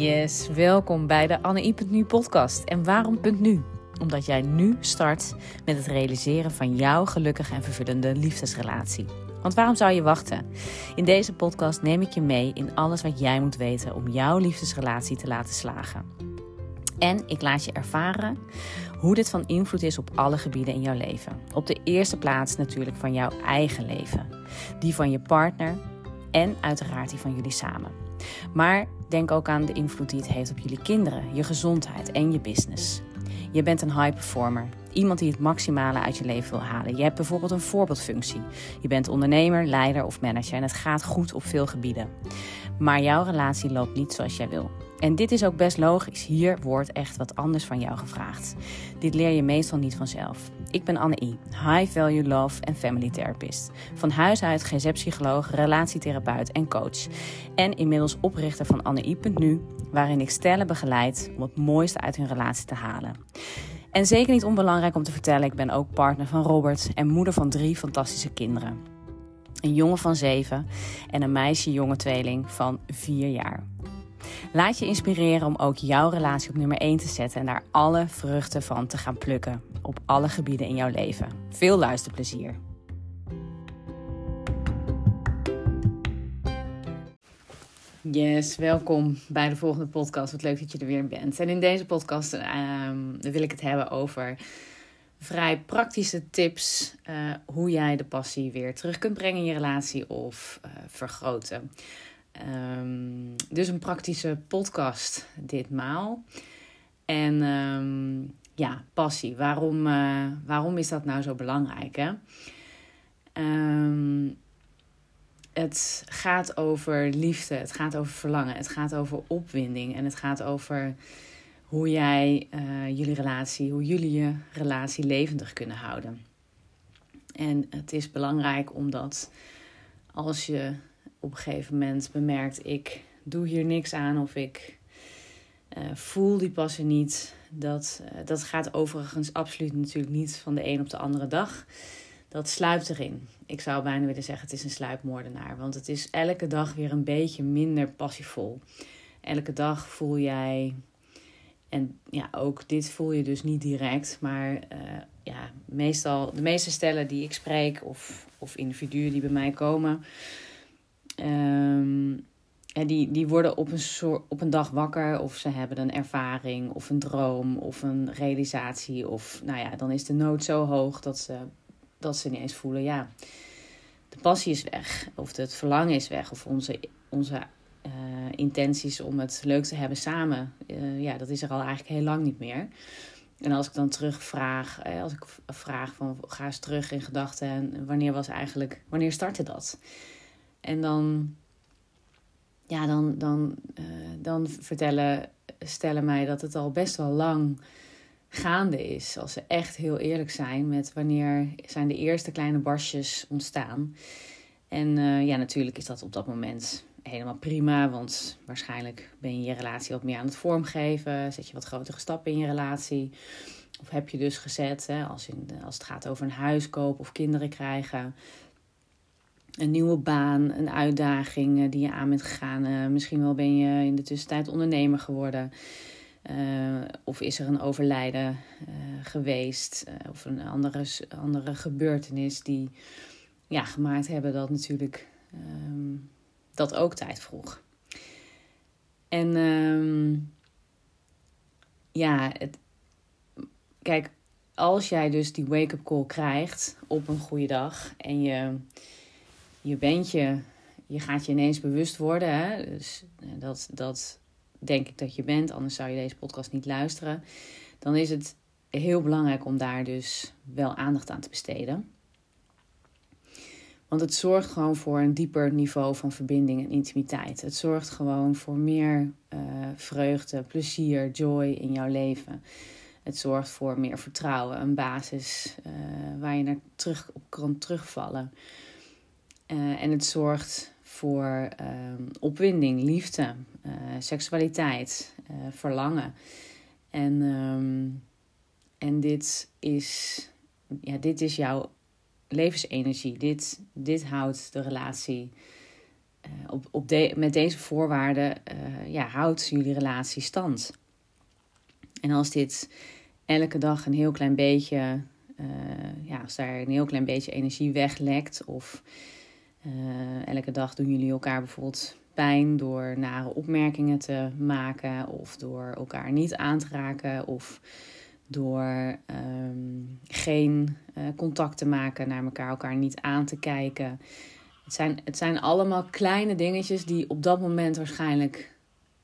Yes, welkom bij de Anne.nu podcast. En waarom .nu? Omdat jij nu start met het realiseren van jouw gelukkige en vervullende liefdesrelatie. Want waarom zou je wachten? In deze podcast neem ik je mee in alles wat jij moet weten om jouw liefdesrelatie te laten slagen. En ik laat je ervaren hoe dit van invloed is op alle gebieden in jouw leven. Op de eerste plaats natuurlijk van jouw eigen leven. Die van je partner en uiteraard die van jullie samen. Maar denk ook aan de invloed die het heeft op jullie kinderen, je gezondheid en je business. Je bent een high performer. Iemand die het maximale uit je leven wil halen. Je hebt bijvoorbeeld een voorbeeldfunctie. Je bent ondernemer, leider of manager en het gaat goed op veel gebieden. Maar jouw relatie loopt niet zoals jij wil. En dit is ook best logisch. Hier wordt echt wat anders van jou gevraagd. Dit leer je meestal niet vanzelf. Ik ben Anne I, High Value Love en Family Therapist. Van huis uit GZ-psycholoog, relatietherapeut en coach. En inmiddels oprichter van Anne.nu, waarin ik stellen begeleid om het mooiste uit hun relatie te halen. En zeker niet onbelangrijk om te vertellen, ik ben ook partner van Robert en moeder van 3 fantastische kinderen. Een jongen van 7 en een meisje-jonge tweeling van 4 jaar. Laat je inspireren om ook jouw relatie op nummer 1 te zetten en daar alle vruchten van te gaan plukken op alle gebieden in jouw leven. Veel luisterplezier. Yes, welkom bij de volgende podcast. Wat leuk dat je er weer bent. En in deze podcast wil ik het hebben over vrij praktische tips hoe jij de passie weer terug kunt brengen in je relatie of vergroten. Dus een praktische podcast ditmaal. En passie. Waarom is dat nou zo belangrijk? Hè? Het gaat over liefde, het gaat over verlangen, het gaat over opwinding en het gaat over hoe jij hoe jullie je relatie levendig kunnen houden. En het is belangrijk omdat als je op een gegeven moment bemerkt, ik doe hier niks aan of ik voel die passie niet. Dat gaat overigens absoluut natuurlijk niet van de een op de andere dag. Dat sluipt erin. Ik zou bijna willen zeggen, het is een sluipmoordenaar. Want het is elke dag weer een beetje minder passievol. Elke dag voel jij, en ja, ook dit voel je dus niet direct. Maar meestal, de meeste stellen die ik spreek of individuen die bij mij komen, die worden op een dag wakker of ze hebben een ervaring of een droom of een realisatie. Of dan is de nood zo hoog dat ze niet eens voelen, de passie is weg. Of het verlangen is weg. Of onze intenties om het leuk te hebben samen. Dat is er al eigenlijk heel lang niet meer. En als ik dan terugvraag, als ik vraag van ga eens terug in gedachten. En wanneer startte dat? En dan stellen mij dat het al best wel lang gaande is. Als ze echt heel eerlijk zijn met wanneer zijn de eerste kleine barstjes ontstaan. En natuurlijk is dat op dat moment helemaal prima. Want waarschijnlijk ben je je relatie wat meer aan het vormgeven. Zet je wat grotere stappen in je relatie. Of heb je dus gezet, als het gaat over een huis kopen of kinderen krijgen. Een nieuwe baan, een uitdaging die je aan bent gegaan. Misschien wel ben je in de tussentijd ondernemer geworden. Of is er een overlijden geweest. Of een andere gebeurtenis die gemaakt hebben dat natuurlijk dat ook tijd vroeg. En kijk, als jij dus die wake-up call krijgt op een goede dag en je gaat je ineens bewust worden, hè? Dus dat denk ik dat je bent, anders zou je deze podcast niet luisteren. Dan is het heel belangrijk om daar dus wel aandacht aan te besteden. Want het zorgt gewoon voor een dieper niveau van verbinding en intimiteit. Het zorgt gewoon voor meer vreugde, plezier, joy in jouw leven. Het zorgt voor meer vertrouwen, een basis waar je op kan terugvallen. En het zorgt voor opwinding, liefde, seksualiteit, verlangen. En dit is jouw levensenergie. Dit houdt de relatie met deze voorwaarden houdt jullie relatie stand. En als dit elke dag een heel klein beetje, als daar een heel klein beetje energie weglekt, of elke dag doen jullie elkaar bijvoorbeeld pijn door nare opmerkingen te maken, of door elkaar niet aan te raken, of door geen contact te maken naar elkaar niet aan te kijken. Het zijn allemaal kleine dingetjes die op dat moment waarschijnlijk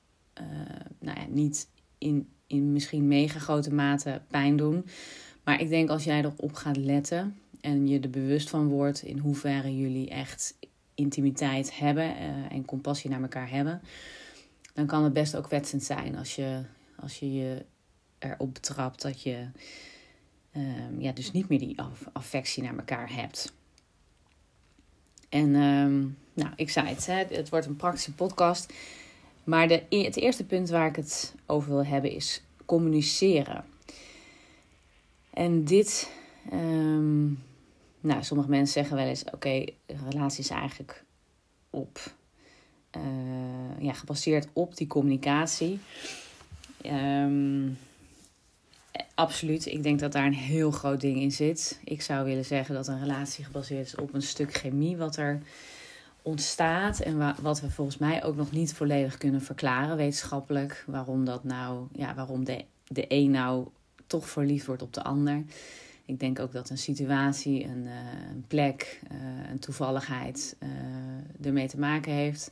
niet in misschien mega grote mate pijn doen. Maar ik denk als jij erop gaat letten en je er bewust van wordt in hoeverre jullie echt intimiteit hebben en compassie naar elkaar hebben, dan kan het best ook kwetsend zijn als je erop betrapt dat je dus niet meer die affectie naar elkaar hebt. En ik zei het wordt een praktische podcast. Maar het eerste punt waar ik het over wil hebben is communiceren. En dit, sommige mensen zeggen wel eens, relatie is eigenlijk gebaseerd op die communicatie. Absoluut, ik denk dat daar een heel groot ding in zit. Ik zou willen zeggen dat een relatie gebaseerd is op een stuk chemie wat er ontstaat en wat we volgens mij ook nog niet volledig kunnen verklaren wetenschappelijk. Waarom de een nou toch verliefd wordt op de ander. Ik denk ook dat een situatie, een plek, een toevalligheid ermee te maken heeft.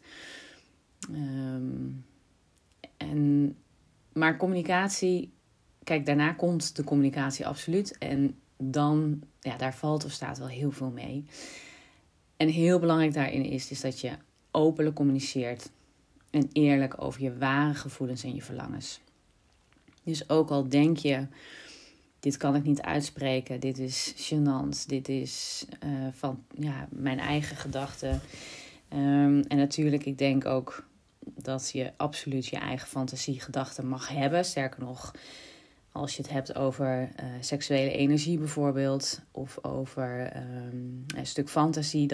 Maar communicatie, kijk, daarna komt de communicatie absoluut. En dan, daar valt of staat wel heel veel mee. En heel belangrijk daarin is dat je openlijk communiceert en eerlijk over je ware gevoelens en je verlangens. Dus ook al denk je, dit kan ik niet uitspreken, dit is gênant, dit is van mijn eigen gedachten. En natuurlijk, ik denk ook dat je absoluut je eigen fantasiegedachten mag hebben. Sterker nog, als je het hebt over seksuele energie bijvoorbeeld, of over een stuk fantasie,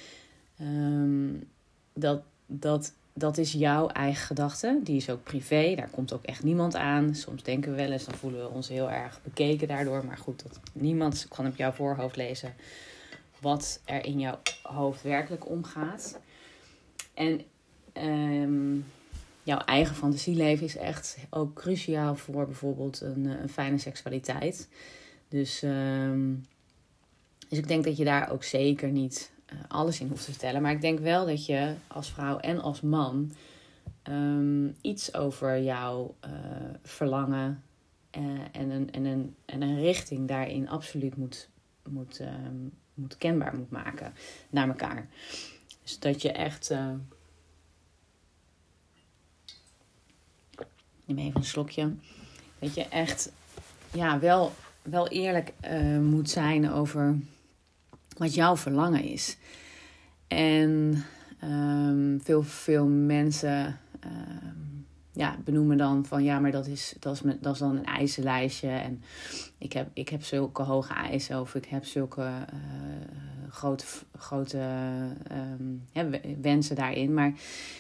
dat is jouw eigen gedachte. Die is ook privé, daar komt ook echt niemand aan. Soms denken we wel eens, dan voelen we ons heel erg bekeken daardoor. Maar goed, niemand kan op jouw voorhoofd lezen wat er in jouw hoofd werkelijk omgaat. En jouw eigen fantasieleven is echt ook cruciaal voor bijvoorbeeld een fijne seksualiteit. Dus ik denk dat je daar ook zeker niet alles in hoeft te vertellen. Maar ik denk wel dat je als vrouw en als man iets over jouw verlangen en een richting daarin absoluut moet kenbaar moet maken naar elkaar. Dus dat je echt... Neem even een slokje. Dat je echt wel eerlijk moet zijn over wat jouw verlangen is. En veel mensen benoemen dan van maar dat is dan een eisenlijstje. En ik heb zulke hoge eisen of ik heb zulke grote wensen daarin. Maar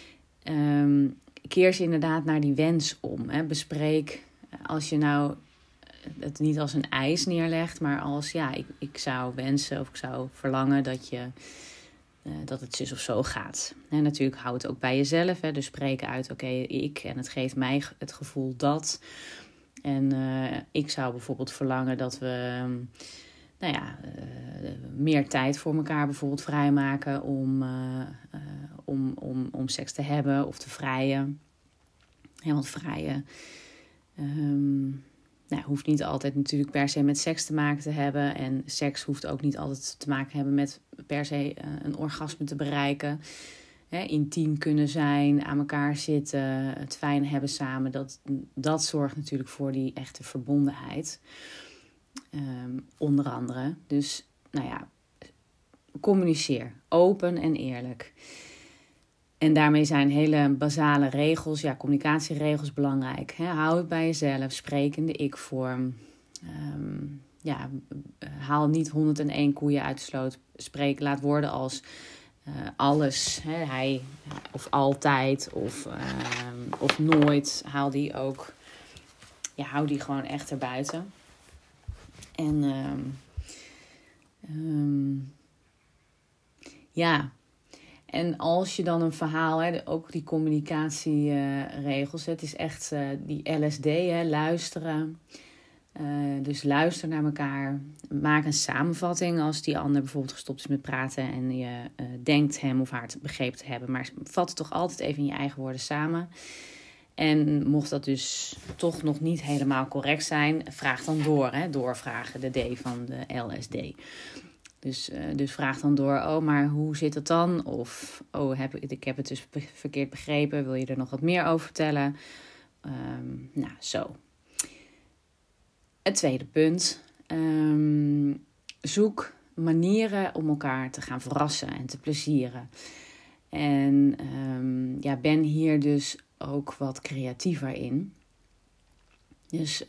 keer ze inderdaad naar die wens om. Hè. Bespreek, als je nou het niet als een eis neerlegt, maar als ik zou wensen of ik zou verlangen dat het zus of zo gaat. En natuurlijk hou het ook bij jezelf. Hè. Dus spreek uit, en het geeft mij het gevoel dat. En ik zou bijvoorbeeld verlangen dat we meer tijd voor elkaar bijvoorbeeld vrijmaken om seks te hebben of te vrijen. Ja, want vrijen hoeft niet altijd natuurlijk per se met seks te maken te hebben. En seks hoeft ook niet altijd te maken hebben met per se een orgasme te bereiken. Intiem kunnen zijn, aan elkaar zitten, het fijn hebben samen. Dat zorgt natuurlijk voor die echte verbondenheid. Onder andere. Dus, communiceer. Open en eerlijk. En daarmee zijn hele basale regels, communicatieregels belangrijk. Hou het bij jezelf, spreek in de ik-vorm. Haal niet 101 koeien uit de sloot. Laat woorden als alles. Hij of altijd of nooit hou die gewoon echt erbuiten. En en als je dan een verhaal, ook die communicatieregels, het is echt die LSD, luisteren. Dus luister naar elkaar. Maak een samenvatting als die ander bijvoorbeeld gestopt is met praten en je denkt hem of haar begrepen te hebben. Maar vat het toch altijd even in je eigen woorden samen. En mocht dat dus toch nog niet helemaal correct zijn, vraag dan door. Doorvragen, de D van de LSD. Dus vraag dan door, maar hoe zit het dan? Of, ik heb het dus verkeerd begrepen. Wil je er nog wat meer over vertellen? Zo. Het tweede punt. Zoek manieren om elkaar te gaan verrassen en te plezieren. En ben hier dus ook wat creatiever in. Dus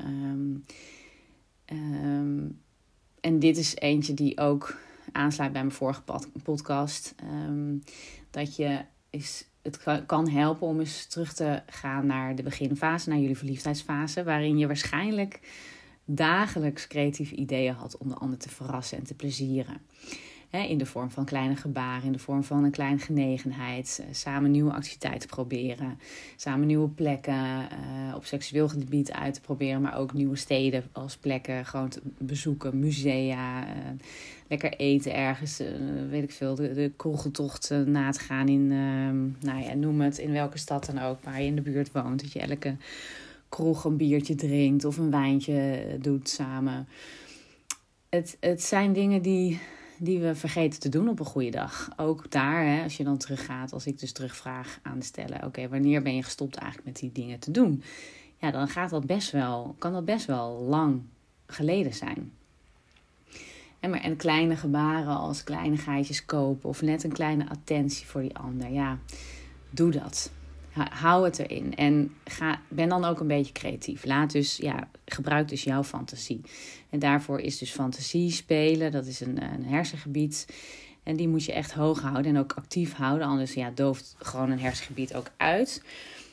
en dit is eentje die ook aansluit bij mijn vorige podcast. Dat het kan helpen om eens terug te gaan naar de beginfase, naar jullie verliefdheidsfase, waarin je waarschijnlijk dagelijks creatieve ideeën had om de ander te verrassen en te plezieren. In de vorm van kleine gebaren, in de vorm van een kleine genegenheid. Samen nieuwe activiteiten proberen. Samen nieuwe plekken op seksueel gebied uit te proberen. Maar ook nieuwe steden als plekken gewoon te bezoeken. Musea, lekker eten ergens. Weet ik veel, de kroegentocht na te gaan in, noem het, in welke stad dan ook. Waar je in de buurt woont. Dat je elke kroeg een biertje drinkt of een wijntje doet samen. Het zijn dingen die we vergeten te doen op een goede dag. Ook daar, als je dan teruggaat, als ik dus terugvraag aan te stellen, oké, wanneer ben je gestopt eigenlijk met die dingen te doen? Ja, dan kan dat best wel lang geleden zijn. En kleine gebaren als kleinigheidjes kopen of net een kleine attentie voor die ander. Ja, doe dat. Hou het erin en ben dan ook een beetje creatief. Gebruik dus jouw fantasie. En daarvoor is dus fantasie spelen, dat is een hersengebied. En die moet je echt hoog houden en ook actief houden. Anders dooft gewoon een hersengebied ook uit.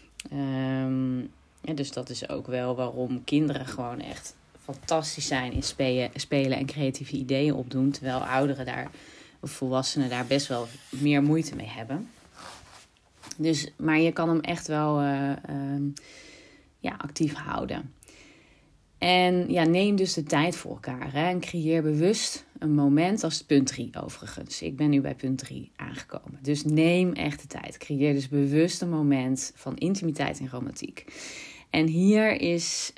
Dus dat is ook wel waarom kinderen gewoon echt fantastisch zijn in spelen en creatieve ideeën opdoen. Terwijl ouderen of volwassenen daar best wel meer moeite mee hebben. Maar je kan hem echt wel actief houden. En neem dus de tijd voor elkaar. En creëer bewust een moment als punt 3 overigens. Ik ben nu bij punt 3 aangekomen. Dus neem echt de tijd. Creëer dus bewust een moment van intimiteit en romantiek. En hier is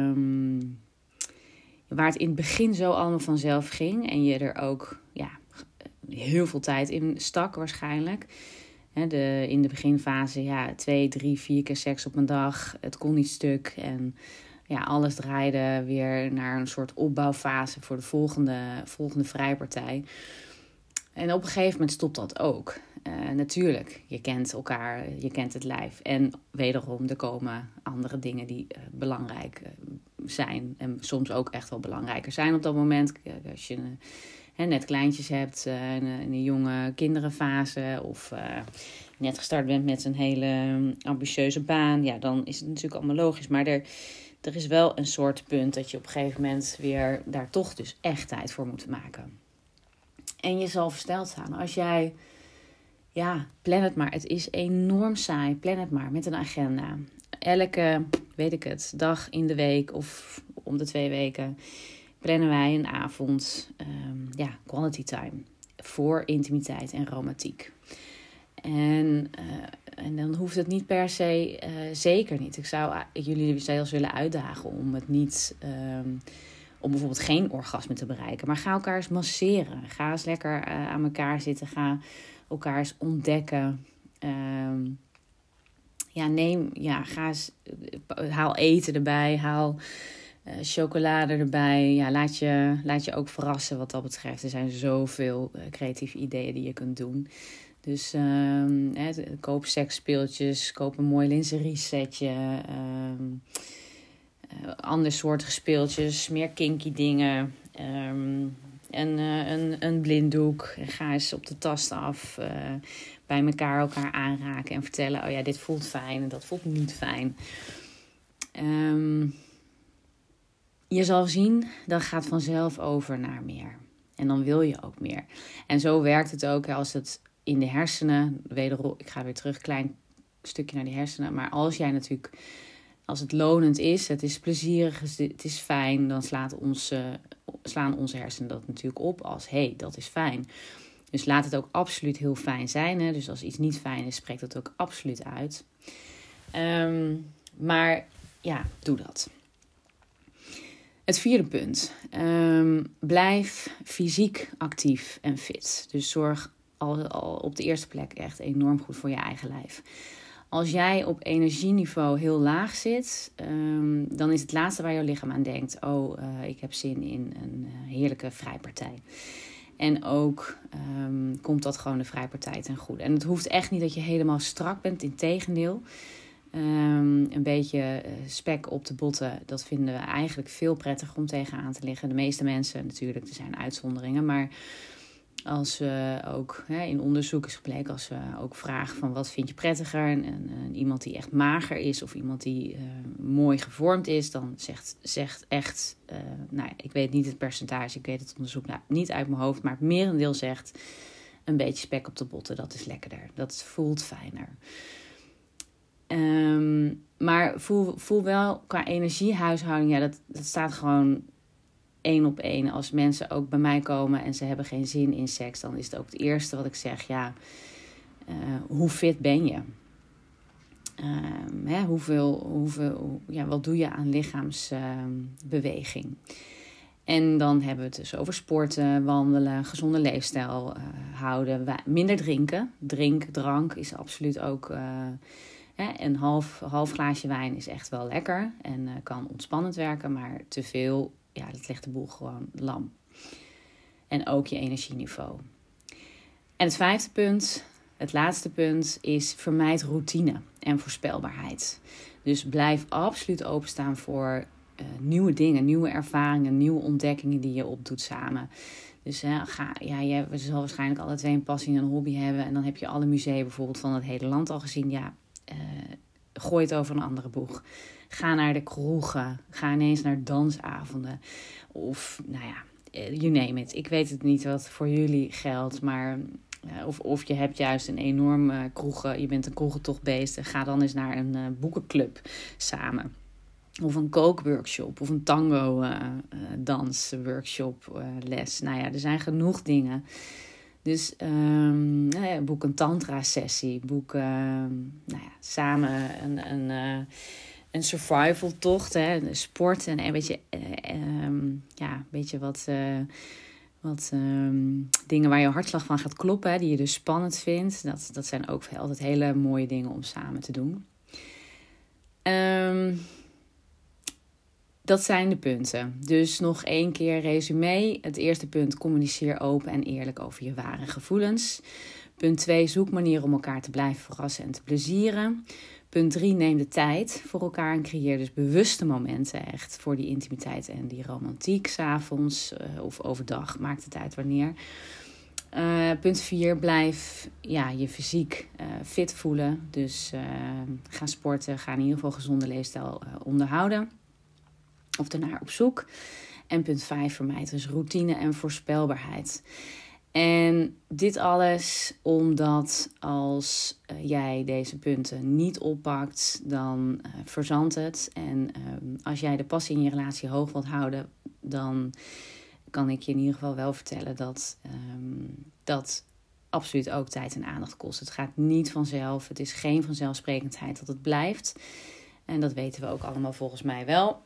waar het in het begin zo allemaal vanzelf ging. En je er ook heel veel tijd in stak waarschijnlijk. In de beginfase 2, 3, 4 keer seks op een dag. Het kon niet stuk. En alles draaide weer naar een soort opbouwfase voor de volgende vrijpartij. En op een gegeven moment stopt dat ook. Natuurlijk, je kent elkaar, je kent het lijf. En wederom, er komen andere dingen die belangrijk zijn. En soms ook echt wel belangrijker zijn op dat moment. Als je net kleintjes hebt, in een jonge kinderenfase of net gestart bent met een hele ambitieuze baan. Dan is het natuurlijk allemaal logisch. Maar er is wel een soort punt dat je op een gegeven moment weer daar toch dus echt tijd voor moet maken. En je zal versteld staan. Als jij, plan het maar. Het is enorm saai. Plan het maar met een agenda. Elke, dag in de week of om de 2 weken plannen wij een avond, quality time. Voor intimiteit en romantiek. En dan hoeft het niet per se, zeker niet. Ik zou jullie zelfs willen uitdagen om het niet, om bijvoorbeeld geen orgasme te bereiken. Maar ga elkaar eens masseren. Ga eens lekker aan elkaar zitten. Ga elkaar eens ontdekken. Haal eten erbij. Haal chocolade erbij. Laat je ook verrassen wat dat betreft. Er zijn zoveel creatieve ideeën die je kunt doen. Dus koop seksspeeltjes, koop een mooi lingerie setje, ander soortige speeltjes, meer kinky dingen. een blinddoek. Ga eens op de tast af. Bij elkaar aanraken en vertellen, oh ja, dit voelt fijn en dat voelt niet fijn. Je zal zien, dat gaat vanzelf over naar meer. En dan wil je ook meer. En zo werkt het ook als het in de hersenen, wederom, ik ga weer terug, klein stukje naar die hersenen. Maar als jij natuurlijk, als het lonend is, het is plezierig, het is fijn, dan slaan onze hersenen dat natuurlijk op als, dat is fijn. Dus laat het ook absoluut heel fijn zijn. Hè? Dus als iets niet fijn is, spreek dat ook absoluut uit. Maar ja, doe dat. Het 4e punt. Blijf fysiek actief en fit. Dus zorg al op de eerste plek echt enorm goed voor je eigen lijf. Als jij op energieniveau heel laag zit, dan is het laatste waar jouw lichaam aan denkt, ik heb zin in een heerlijke vrijpartij. En ook komt dat gewoon de vrijpartij ten goede. En het hoeft echt niet dat je helemaal strak bent, integendeel. Een beetje spek op de botten, dat vinden we eigenlijk veel prettiger om tegenaan te liggen. De meeste mensen natuurlijk, er zijn uitzonderingen. Maar als we ook in onderzoek is gebleken, als we ook vragen van wat vind je prettiger. En iemand die echt mager is of iemand die mooi gevormd is, dan zegt echt, ik weet niet het percentage, ik weet het onderzoek niet uit mijn hoofd. Maar het merendeel zegt een beetje spek op de botten, dat is lekkerder. Dat voelt fijner. Maar voel wel qua energiehuishouding, dat staat gewoon 1 op 1. Als mensen ook bij mij komen en ze hebben geen zin in seks, dan is het ook het eerste wat ik zeg, hoe fit ben je? Wat doe je aan lichaamsbeweging? En dan hebben we het dus over sporten, wandelen, gezonde leefstijl houden, minder drinken. Drank is absoluut ook... Een half glaasje wijn is echt wel lekker en kan ontspannend werken, maar te veel, dat legt de boel gewoon lam. En ook je energieniveau. En het 5e punt, het laatste punt, is vermijd routine en voorspelbaarheid. Dus blijf absoluut openstaan voor nieuwe dingen, nieuwe ervaringen, nieuwe ontdekkingen die je opdoet samen. Dus je zal waarschijnlijk alle 2 een passie en een hobby hebben en dan heb je alle musea bijvoorbeeld van het hele land al gezien, gooi het over een andere boeg. Ga naar de kroegen. Ga ineens naar dansavonden. Of, you name it. Ik weet het niet wat voor jullie geldt. Maar of je hebt juist een enorm kroegen. Je bent een kroegentochtbeest. Ga dan eens naar een boekenclub samen. Of een kookworkshop. Of een tango dansworkshop les. Er zijn genoeg dingen. Dus boek een tantra-sessie. Boek samen een survival-tocht. Sport en een beetje wat dingen waar je hartslag van gaat kloppen. Die je dus spannend vindt. Dat zijn ook altijd hele mooie dingen om samen te doen. Dat zijn de punten. Dus nog 1 keer resume. Het eerste punt, communiceer open en eerlijk over je ware gevoelens. Punt 2, zoek manieren om elkaar te blijven verrassen en te plezieren. Punt 3, neem de tijd voor elkaar en creëer dus bewuste momenten echt voor die intimiteit en die romantiek 's avonds of overdag. Maakt het uit wanneer. Punt 4, blijf je fysiek fit voelen. Dus ga sporten, ga in ieder geval gezonde leefstijl onderhouden. Of daarnaar op zoek. En punt 5 vermijd dus routine en voorspelbaarheid. En dit alles omdat als jij deze punten niet oppakt, dan verzandt het. En als jij de passie in je relatie hoog wilt houden, dan kan ik je in ieder geval wel vertellen dat absoluut ook tijd en aandacht kost. Het gaat niet vanzelf. Het is geen vanzelfsprekendheid dat het blijft. En dat weten we ook allemaal volgens mij wel.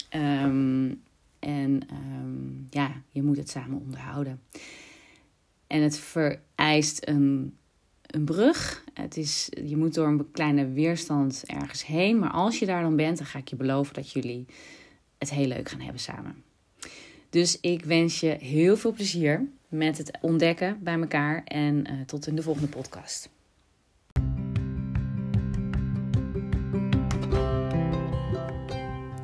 Je moet het samen onderhouden. En het vereist een brug. Je moet door een kleine weerstand ergens heen. Maar als je daar dan bent, dan ga ik je beloven dat jullie het heel leuk gaan hebben samen. Dus ik wens je heel veel plezier met het ontdekken bij elkaar. En tot in de volgende podcast.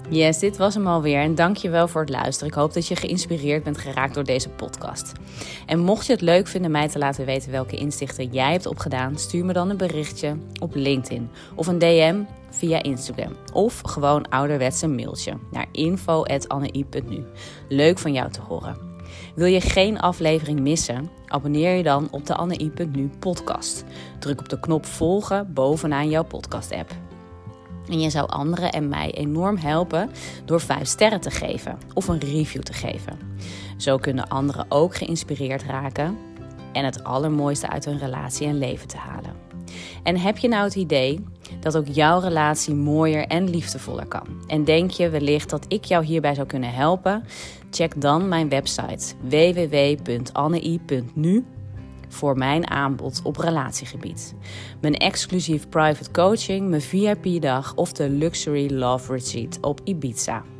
Yes, dit was hem alweer en dankjewel voor het luisteren. Ik hoop dat je geïnspireerd bent geraakt door deze podcast. En mocht je het leuk vinden mij te laten weten welke inzichten jij hebt opgedaan, stuur me dan een berichtje op LinkedIn of een DM via Instagram. Of gewoon ouderwets een mailtje naar info@annei.nu. Leuk van jou te horen. Wil je geen aflevering missen? Abonneer je dan op de Annei.nu podcast. Druk op de knop volgen bovenaan jouw podcast app. En je zou anderen en mij enorm helpen door 5 sterren te geven of een review te geven. Zo kunnen anderen ook geïnspireerd raken en het allermooiste uit hun relatie en leven te halen. En heb je nou het idee dat ook jouw relatie mooier en liefdevoller kan? En denk je wellicht dat ik jou hierbij zou kunnen helpen? Check dan mijn website www.annei.nu voor mijn aanbod op relatiegebied. Mijn exclusief private coaching, mijn VIP-dag of de Luxury Love Retreat op Ibiza.